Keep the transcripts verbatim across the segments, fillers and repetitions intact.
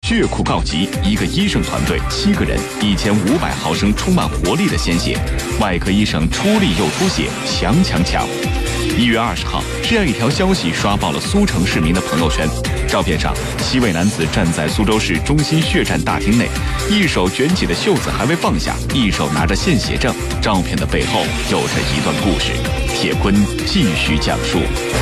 血库告急，一个医生团队七个人，一千五百毫升充满活力的鲜血，外科医生出力又出血，强强强！一月二十号，这样一条消息刷爆了苏城市民的朋友圈。照片上，七位男子站在苏州市中心血站大厅内，一手卷起的袖子还未放下，一手拿着献血证。照片的背后有着一段故事，铁坤继续讲述。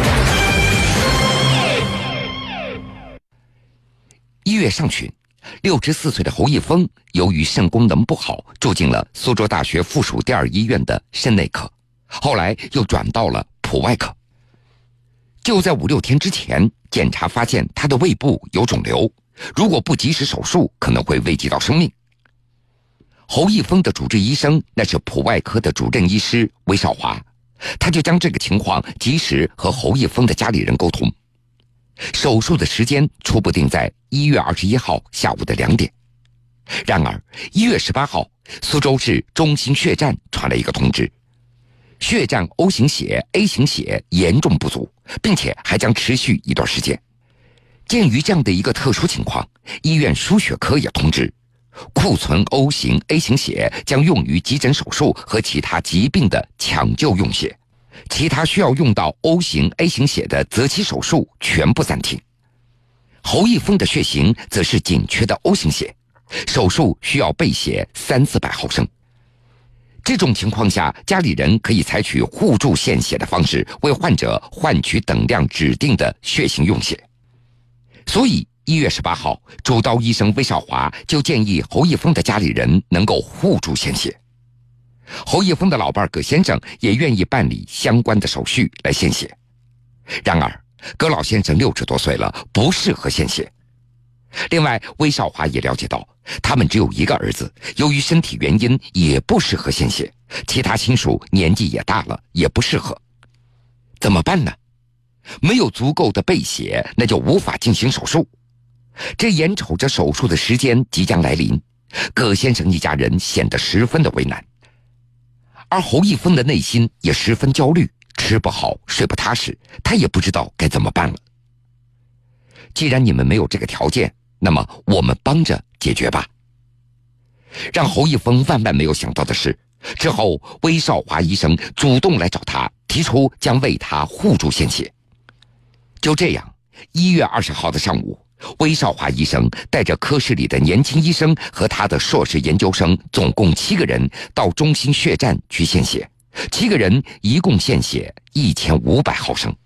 一月上旬，六十四岁的侯一峰由于肾功能不好，住进了苏州大学附属第二医院的肾内科，后来又转到了普外科。就在五六天之前，检查发现他的胃部有肿瘤，如果不及时手术，可能会危及到生命。侯一峰的主治医生那是普外科的主任医师韦少华，他就将这个情况及时和侯一峰的家里人沟通。手术的时间初步定在一月二十一号下午的两点。然而一月十八号，苏州市中心血站传来一个通知，血站 O 型血 A 型血严重不足，并且还将持续一段时间。鉴于这样的一个特殊情况，医院输血科也通知，库存 O 型 A 型血将用于急诊手术和其他疾病的抢救用血，其他需要用到 O 型 A 型血的择期手术全部暂停。侯一峰的血型则是紧缺的 O 型血，手术需要备血三四百毫升。这种情况下，家里人可以采取互助献血的方式，为患者换取等量指定的血型用血。所以一月十八号，主刀医生魏少华就建议侯一峰的家里人能够互助献血。侯一峰的老伴葛先生也愿意办理相关的手续来献血。然而葛老先生六十多岁了，不适合献血。另外，魏少华也了解到，他们只有一个儿子，由于身体原因也不适合献血，其他亲属年纪也大了，也不适合。怎么办呢？没有足够的备血，那就无法进行手术。这眼瞅着手术的时间即将来临，葛先生一家人显得十分的为难。而侯一峰的内心也十分焦虑，吃不好睡不踏实，他也不知道该怎么办了。既然你们没有这个条件，那么我们帮着解决吧。让侯一峰万万没有想到的是，之后魏少华医生主动来找他，提出将为他互助献血。就这样，一月二十号的上午，魏少华医生带着科室里的年轻医生和他的硕士研究生，总共七个人到中心血站去献血，七个人一共献血一千五百毫升。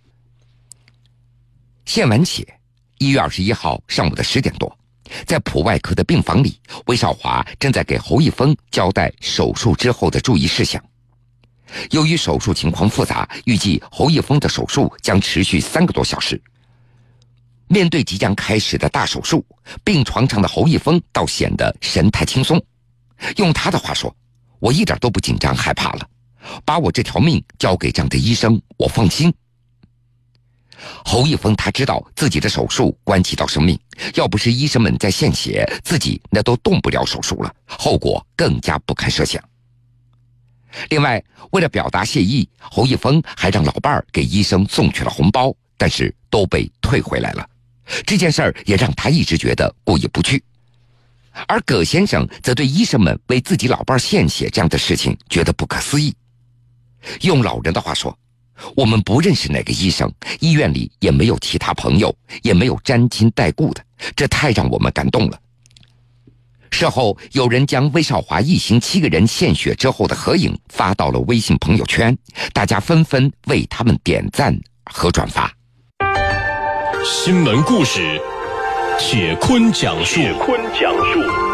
献完血，一月二十一号上午的十点多，在普外科的病房里，魏少华正在给侯一峰交代手术之后的注意事项。由于手术情况复杂，预计侯一峰的手术将持续三个多小时。面对即将开始的大手术，病床上的侯一峰倒显得神态轻松。用他的话说，我一点都不紧张害怕了，把我这条命交给这样的医生，我放心。侯一峰他知道自己的手术关系到生命，要不是医生们在献血，自己那都动不了手术了，后果更加不堪设想。另外，为了表达谢意，侯一峰还让老伴儿给医生送去了红包，但是都被退回来了。这件事儿也让他一直觉得过意不去。而葛先生则对医生们为自己老伴儿献血这样的事情觉得不可思议。用老人的话说，我们不认识哪个医生，医院里也没有其他朋友，也没有沾亲带故的，这太让我们感动了。事后有人将魏少华一行七个人献血之后的合影发到了微信朋友圈，大家纷纷为他们点赞和转发。 新闻故事，铁坤讲述。铁坤讲述。